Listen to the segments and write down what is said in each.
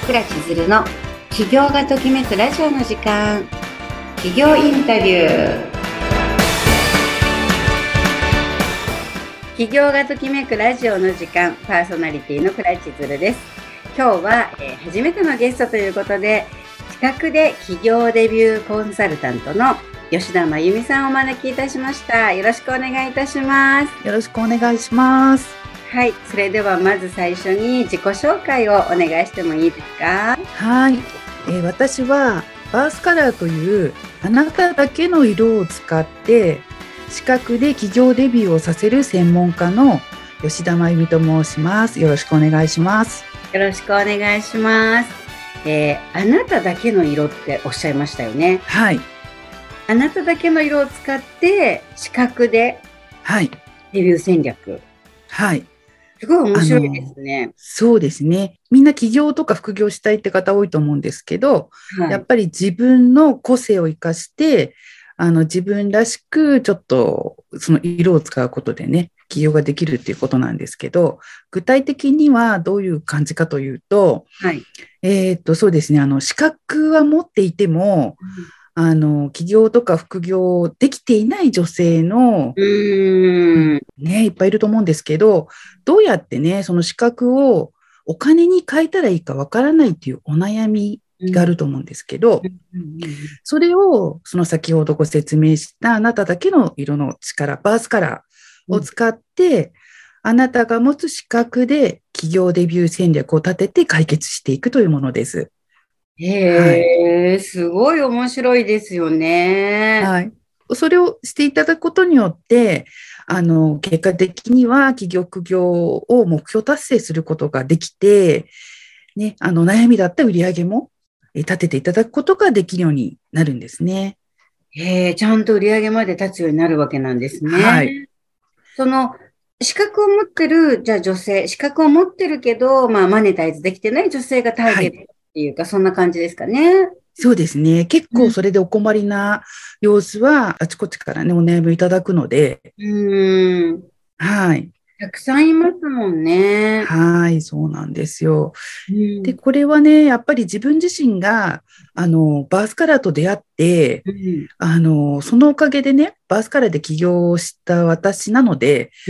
倉千鶴の起業がときめくラジオの時間、起業インタビュー。起業がときめくラジオの時間、パーソナリティの倉千鶴です。今日は、初めてのゲストということで、企画で起業デビューコンサルタントの吉田真由美さんをお招きいたしました。よろしくお願いいたします。 よろしくお願いします。 はい、それではまず最初に自己紹介をお願いしてもいいですか？ はい、私はバースカラーというあなただけの色を使って視覚で企業デビューをさせる専門家の吉田真由美と申します。よろしくお願いします。 よろしくお願いします。あなただけの色っておっしゃいましたよね。 はい。 あなただけの色を使って視覚でデビュー戦略。 はい。 すごい面白いですね。 そうですね。みんな起業とか副業したいって方多いと思うんですけど、 はい、 やっぱり自分の個性を生かして、自分らしくちょっとその色を使うことでね、起業ができるっていうことなんですけど、具体的にはどういう感じかというと、 はい、 そうですね。資格は持っていても、起業とか副業できていない女性の、ね、いっぱいいると思うんですけど、どうやってね、その資格をお金に変えたらいいかわからないっていうお悩みがあると思うんですけど、それを、その先ほどご説明したあなただけの色の力、バースカラーを使って、あなたが持つ資格で企業デビュー戦略を立てて解決していくというものです。 へえ、すごい面白いですよね。 はい。それをしていただくことによって、結果的には企業副業を目標達成することができて、ね、悩みだった売り上げも立てていただくことができるようになるんですね。 ちゃんと売り上げまで立つようになるわけなんですはい。 ね。その、資格を持ってる、じゃあ女性、資格を持ってるけど、まあ、マネタイズできてない女性がターはい。 ゲットっていうか、そんな感じですかね。 そうですね。結うん。 構それでお困りな様子はあちこちからね、お悩みいただくので、はい。 たくさんいますもんね。 はい、そうなんですよ。で、 うん。 これはね、やっぱり自分自身が、バースカラーと出会って、 うん。 そのおかげでね、バースカラーで起業をした私なので、 うん。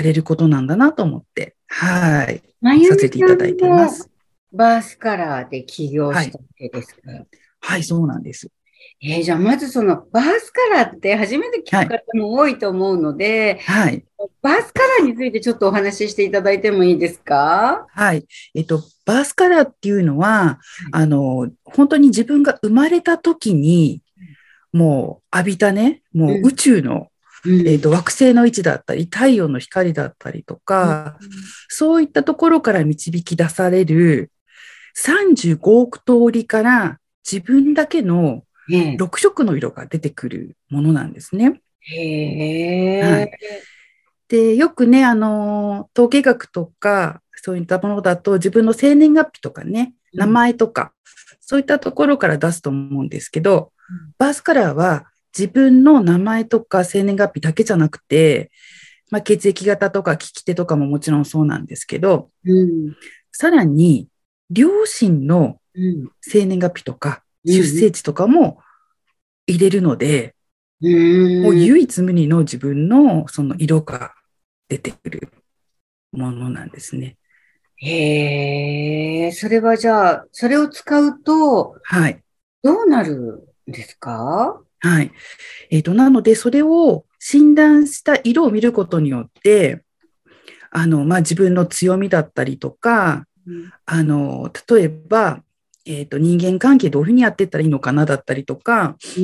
やれることなんだなと思って、はい、 まゆさみさんせていただいていまもす。 バースカラーで起業はい。 したわけですか？ はい、そうなんです。 じゃあまずそのバースカラーって初めて聞くはい。 方も多いと思うので、 はい。 バースカラーについてちょっとお話ししていただいてもいいですか？ はい。バースカラーっていうのは、本当に自分が生まれた時に、もう浴びたね、もう宇うん。 宙のうん。 惑星の位置だったり、太陽の光だったりとうん。 か、そういったところから導き出される35億通りから自分だけのえ 6色の色が出てくるものなんですね。はい。 え。 で、よくね、統計学とか、そういったものだと自分の生年月日とかね、名うん。 前とか、そういったところから出すと思うんですけど、バースカラーは自分の名前とか生年月日だけじゃなくて、まあ、血液型とか利き手とかももちろんそうなんですけど、 うん。 さらに、両親のうん。 生年月日とかうん。 出生地とかも入れるので、 うん。 もう唯一無二の自分のその色が出てくるものなんですね。 へえ。それはじゃあ、それを使うと、 はい。 どうなるんですか？ はい。なので、それを診断した色を見ることによって、まあ、自分の強みだったりとか、 うん。 例えば、人間関係どういうふうにやっていったらいいのかなだったりとか、 うん。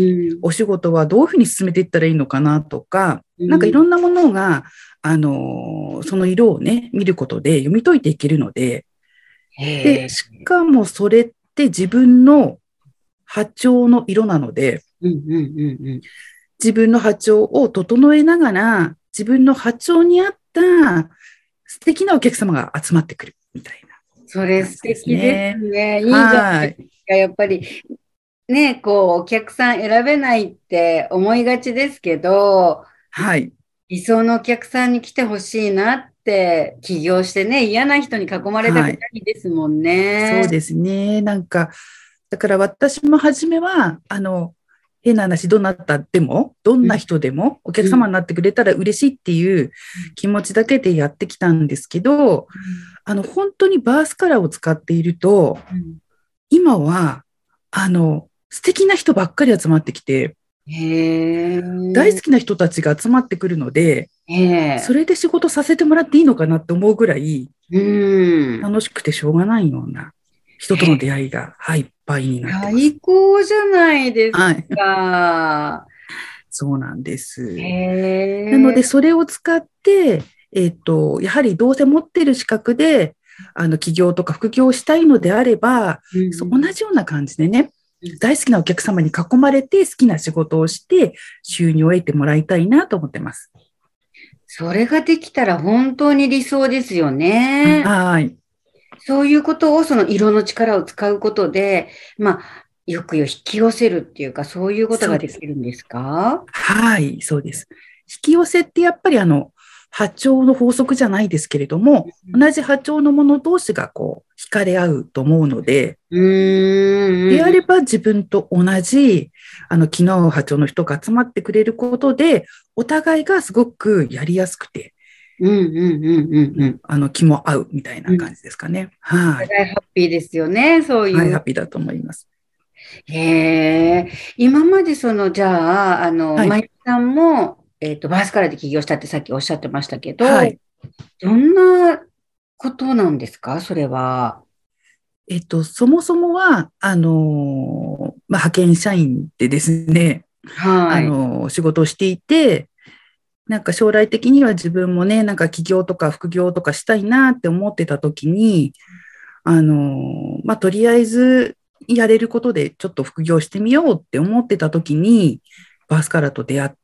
お仕事はどういうふうに進めていったらいいのかなとか、なんかいろうん。 んなものが、その色をね、見ることで読み解いていけるので、で、 へえ。 しかもそれって自分の波長の色なので、 うん。うん。うん。うん。 自分の波長を整えながら、自分の波長に合った素敵なお客様が集まってくるみたいなそれ素感じです敵ですね。 ね。いいじゃないではい。 すか。やっぱりね、こう、お客さん選べないって思いがちですけど、 はい。 理想のお客さんに来てほしいなって起業してね、嫌な人に囲まれたくなはい。 いですもんね。 そうですね。だから私も初めは、変な話、どなたでも、どんなうん、 人でもお客うん、 様になってくれたら嬉しいっていう気持ちだけでやってきたんですけど、 うん、 本当にバースカラーを使っていると、 うん。 今は、素敵な人ばっかり集まってきて、 へ大好え、 きな人たちが集まってくるので、 ええ、 それで仕事させてもらっていいのかなって思うぐらいうん。 楽しくてしょうがないような人との出へえ、 会いが、はい、いっぱいになってます。 最高じゃないですはい。 か。 そうなんでへす。なので、 え、 それを使って、やはりどうせ持ってる資格で、起業とか副業をしたいのであれば、 うん、 同じような感じでね、 うん。 大好きなお客様に囲まれて好きな仕事をして収入を得てもらいたいなと思ってます。 それができたら本当に理想ですよね。 はい。 そういうことを、その色の力を使うことで、まあ、欲を引き寄せるっていうか、そういうことがでそうです。 きるんですか？ はい、そうです。引き寄せってやっぱり波長の法則じゃないですけれども、同じ波長のもの同士がこう、惹かれ合うと思うので、 うーん、 であれば自分と同じ、気の合う波長の人が集まってくれることで、お互いがすごくやりやすくて、 うん、うん、うん、うん、うん。 気も合うみたいうん。 な感じですかね。はい。 お互いハッピーですよね、そうはい、 いう。 ハッピーだと思います。 へえ。今までじゃあ、 はい。 まゆさんも、バースカラーで起業したってさっきおっしゃってましたけど、 はい。 どんなことなんですか、それは？ そもそもは、派遣社員でですね、 はい。 仕事をしていて、なんか将来的には自分もね、なんか起業とか副業とかしたいなって思ってた時に、とりあえずやれることでちょっと副業してみようって思ってた時に、バースカラーと出会って、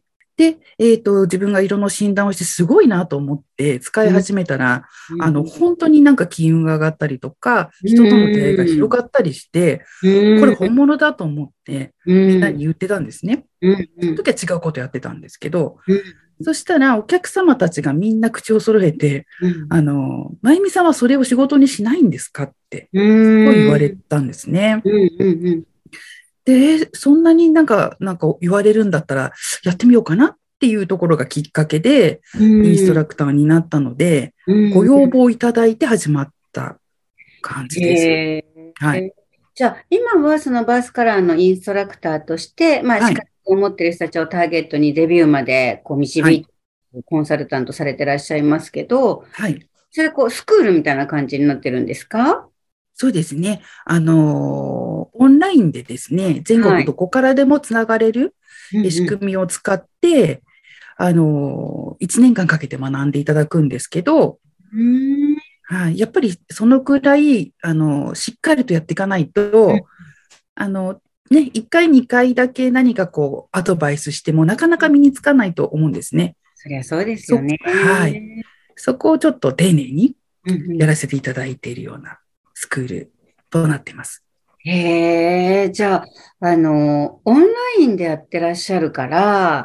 で、自分が色の診断をしてすごいなと思って使いうん、 始めたら、 うん、 本当になんか金運が上がったりとか、 う人との出会いがん、 広がったりして、 うこれん、 本物だと思ってうみんなにん、 言ってたんですね。 うん、うん、 その時は違うことやってたんですけど、 うん、 そしたらお客様たちがみんな口を揃えて、 うん、 まゆみさんはそれを仕事にしないんですかってうすごい言われん、 たんですね。 うん、うん、うん、 で、そんなになんか言われるんだったらやってみようかなっていうところがきっかけで、 うインストん、 ラクターになったので、 うん。 ご要望いただいて始まった感じです。 へはい。 え。じゃあ、今はそのバースカラーのインストラクターとして、まあ、資はい。 格を持っている人たちをターゲットにデビューまでこう導いはい。 て、コンサルタントされてらっしゃいますけど、 はい。 それこう、スクールみたいな感じになってるんですか？ そうですね。オンラインでですね、全はい。 国どこからでもつながれる仕うん、 組みを使って、1年間かけて学んでいただくんですけど、 うん。うーん。 はい、やっぱりそのくらい、しっかりとやっていかないうん。 と、あの、1回、2回だけ何かこう、アドバイスしても、なかなか身につかないと思うんですね。 そりゃそうですよね。 はい。そこをちょっと丁寧にうん、うん。 やらせていただいているようなスクールとなっています。 へえ、じゃあ、オンラインでやってらっしゃるから、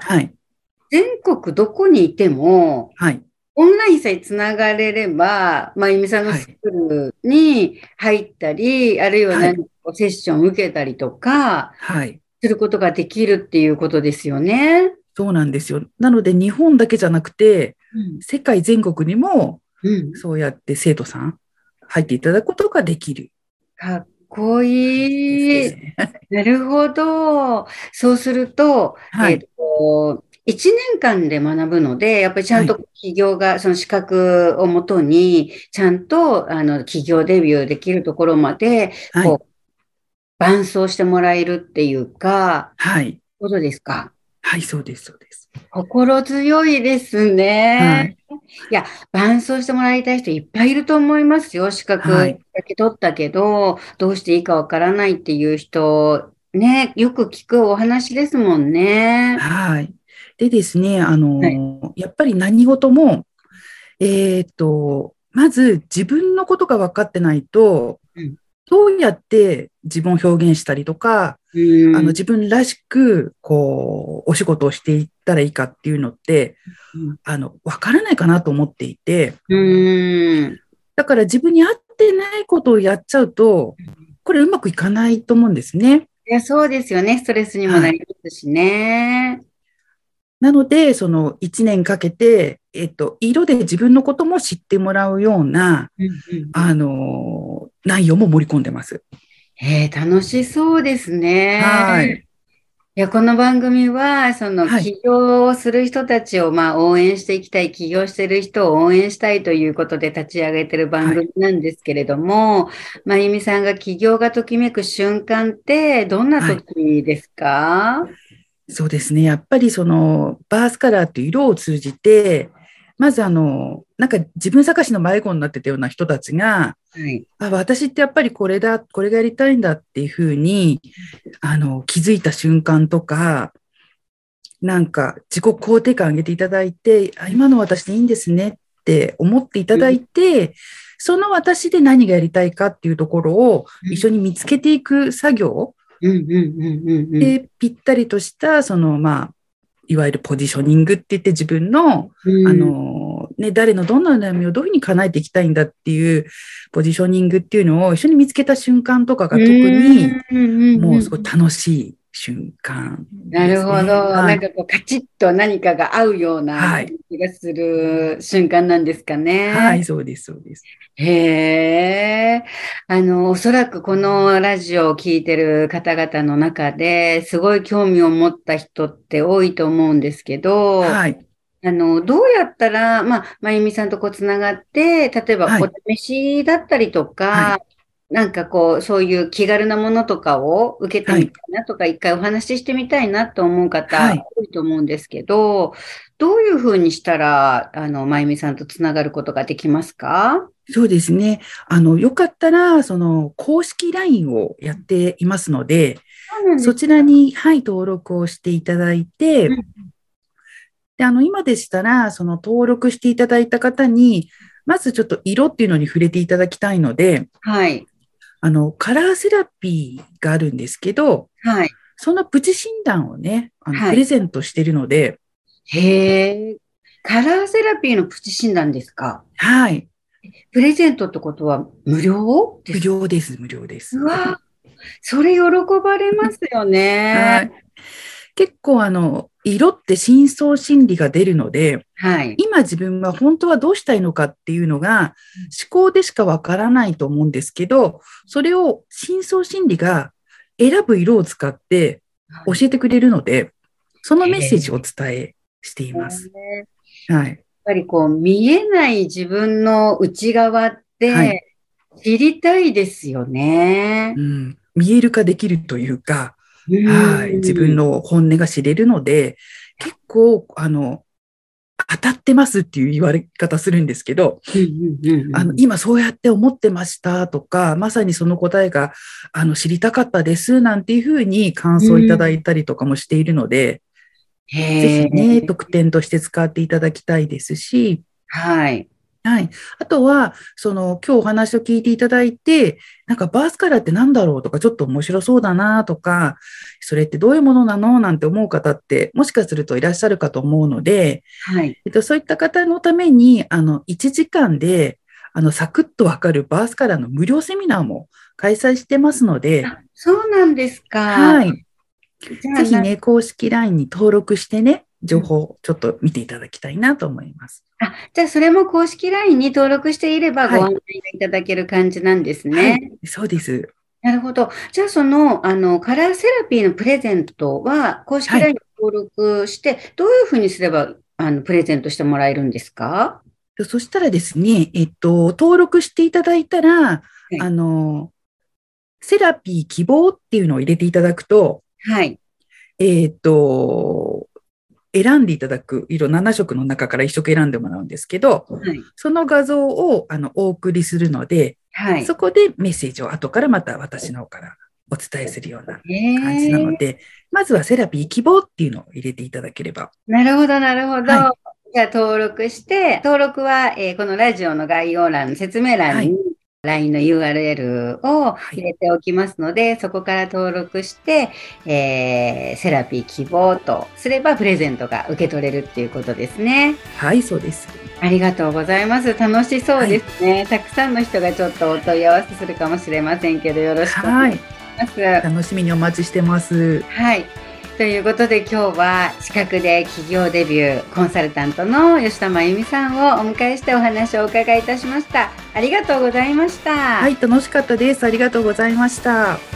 はい。 全国どこにいても、 はい。 オンラインさえつながれれば、まゆみさんのはい。 スクールに入ったり、あるいははい。 何かこうセッションを受けたりとか、 はい。 することができるっていうことですよね。 そうなんですよ。なので、日本だけじゃなくて、 うん。 世界全国にも、 うん。 そうやって生徒さん入っていただくことができるかっこ感じですいい。 ね。 なるほど。そうすると、 はい。 1年間で学ぶので、やっぱりちゃんとはい。 企業が、その資格をもとに、ちゃんと、企業デビューできるところまで、 はい。 こう、伴走してもらえるっていうか、 はい。 ことですか？ はい、そうです、そうです。 心強いですね。 はい。 いや、伴走してもらいたい人いっぱいいると思いますよ。資格はい。 だけ取ったけど、どうしていいかわからないっていう人、ね、よく聞くお話ですもんね。 はい。でですね、 はい。 やっぱり何事も、まず自分のことが分かってないと、 うん。 どうやって自分を表現したりとか、自分らしく、こう、お仕事をしていったらいいかっていうのって、わからないかなと思っていて、だから自分に合ってないことをやっちゃうと、これうまくいかないと思うんですね。 いや、そうですよね。ストレスにもはい。 なりますしね。 なので、その1年かけて、色で自分のことも知ってもらうような、 うんうんうん。 内容も盛り込んでます。 楽しそうですね。 はい。 いや、この番組は、 はい。 起業をする人たちを、応援していきたい、起業している人を応援したいということで立ち上げている番はい。 組なんですけれども、まゆみさんが起業がときめく瞬間って、どんなはい。 時ですか？ そうですね。やっぱりその、バースカラーっていう色を通じて、まずなんか自分探しの迷子になってたような人たちが、 はい。 私ってやっぱりこれだ、これがやりたいんだっていうふうに、気づいた瞬間とか、なんか自己肯定感上げていただいて、今の私でいいんですねって思っていただいて、その私で何がやりたいかっていうところを一緒に見つけていく作業うんうんうんうんうん。 で、ぴったりとした、いわゆるポジショニングって言って自分の、 うん。 誰のどんな悩みをどういうふうに叶えていきたいんだっていうポジショニングっていうのを一緒に見つけた瞬間とかうが特にんうんもうすごいうん。 楽しい瞬間なるですね。 ほど。 はい。 カチッと何かが合うようなはい。 感じがする瞬間なんですかね。 はい、そうです、そうです。 へえ。おそらくこのラジオを聞いてる方々の中ですごい興味を持った人って多いと思うんですけど、 はい。 どうやったら、まゆみさんとつながって、例えばおはい。 試しだったりとか、 はい。 そういう気軽なものとかを受けてはい。 みたいなとか、一回お話ししてみたいなと思う方はい。 多いと思うんですけど、どういうふうにしたら、まゆみさんとつながることができますか？ そうですね。よかったら、その、公式 LINE をやっていますので、 そうなんでそすか。 ちらに、はい、登録をしていただいて、 うん。 で、今でしたら、その登録していただいた方に、まずちょっと色っていうのに触れていただきたいので、 はい。 カラーセラピーがあるんですけど、 はい。 そのプチ診断をね、 はい。 プレゼントしてるので、 へえ。カラーセラピーのプチ診断ですか？ はい、 プレゼントってことは無料で無すか？ 料です、無料です。 うわ、それ喜ばれますよね。 はい。結構色って深層心理が出るので、 はい。 今自分は本当はどうしたいのかっていうのが思考でしかわからないと思うんですけど、それを深層心理が選ぶ色を使って教はい。 えてくれるので、そのへメッセージをおえ。 伝えしています。 やっはい。 ぱり見えない自分の内側っはい。 て知りたいですよね。 うん。見える化できるというか、 うはい。自分ーん。 の本音が知れるので、結構、当たってますっていう言われ方するんですけど、 うんうんうんうん。 今そうやって思ってましたとか、まさにその答えが、知りたかったですなんていうふうに感想いただうん。 いたりとかもしているので、ぜへひね、 え。 特典として使っていただきたいですし、 はい。 はい。あとは、今日お話を聞いていただいて、なんかバースカラーってなんだろうとか、ちょっと面白そうだなとか、それってどういうものなのなんて思う方って、もしかするといらっしゃるかと思うので、 はい。 そういった方のために、1時間で、サクッとわかるバースカラーの無料セミナーも開催してますので、 あ、そうなんですか。 はい。 じゃあ、 ぜひね、公式 LINE に登録してね、 うん。 情報をちょっと見ていただきたいなと思います。 じゃあ、それも公式 LINE に登録していればはい。 ご案内がいただける感じなんですはい。 ね。 そうです。 なるほど。じゃあ、カラーセラピーのプレゼントは、公式はい。 LINE に登録して、どういうふうにすれば、プレゼントしてもらえるんですか？ そしたらですね、登録していただいたら、 はい。 あの、セラピー希望っていうのを入れていただくと、 はい。 えっと、選んでいただく色7色の中から1色選んでもらうんですけど、 はい。 その画像をお送りするので、 はい。 そこでメッセージを後からまた私の方からお伝えするような感じなのええ、 で、まずはセラピー希望っていうのを入れていただければ。 なるほど、なるほど。 はい。 じゃあ、登録して、登録は、このラジオの概要欄、説明欄にはい。 LINE の URL を入れておきますので、そこから登録して、セラピー希望とすればプレゼントが受け取れるっていうことですね。 はい、そうです。 ありがとうございます。楽しそうですね。たくさんの人がちょっとお問い合わせするかもしれませんけど、よろしくお願いします。 楽しみにお待ちしてます。 はい。ということで今日は資格で企業デビューコンサルタントの吉田真由美さんをお迎えしてお話をお伺いいたしました。ありがとうございました。 はい、楽しかったです。ありがとうございました。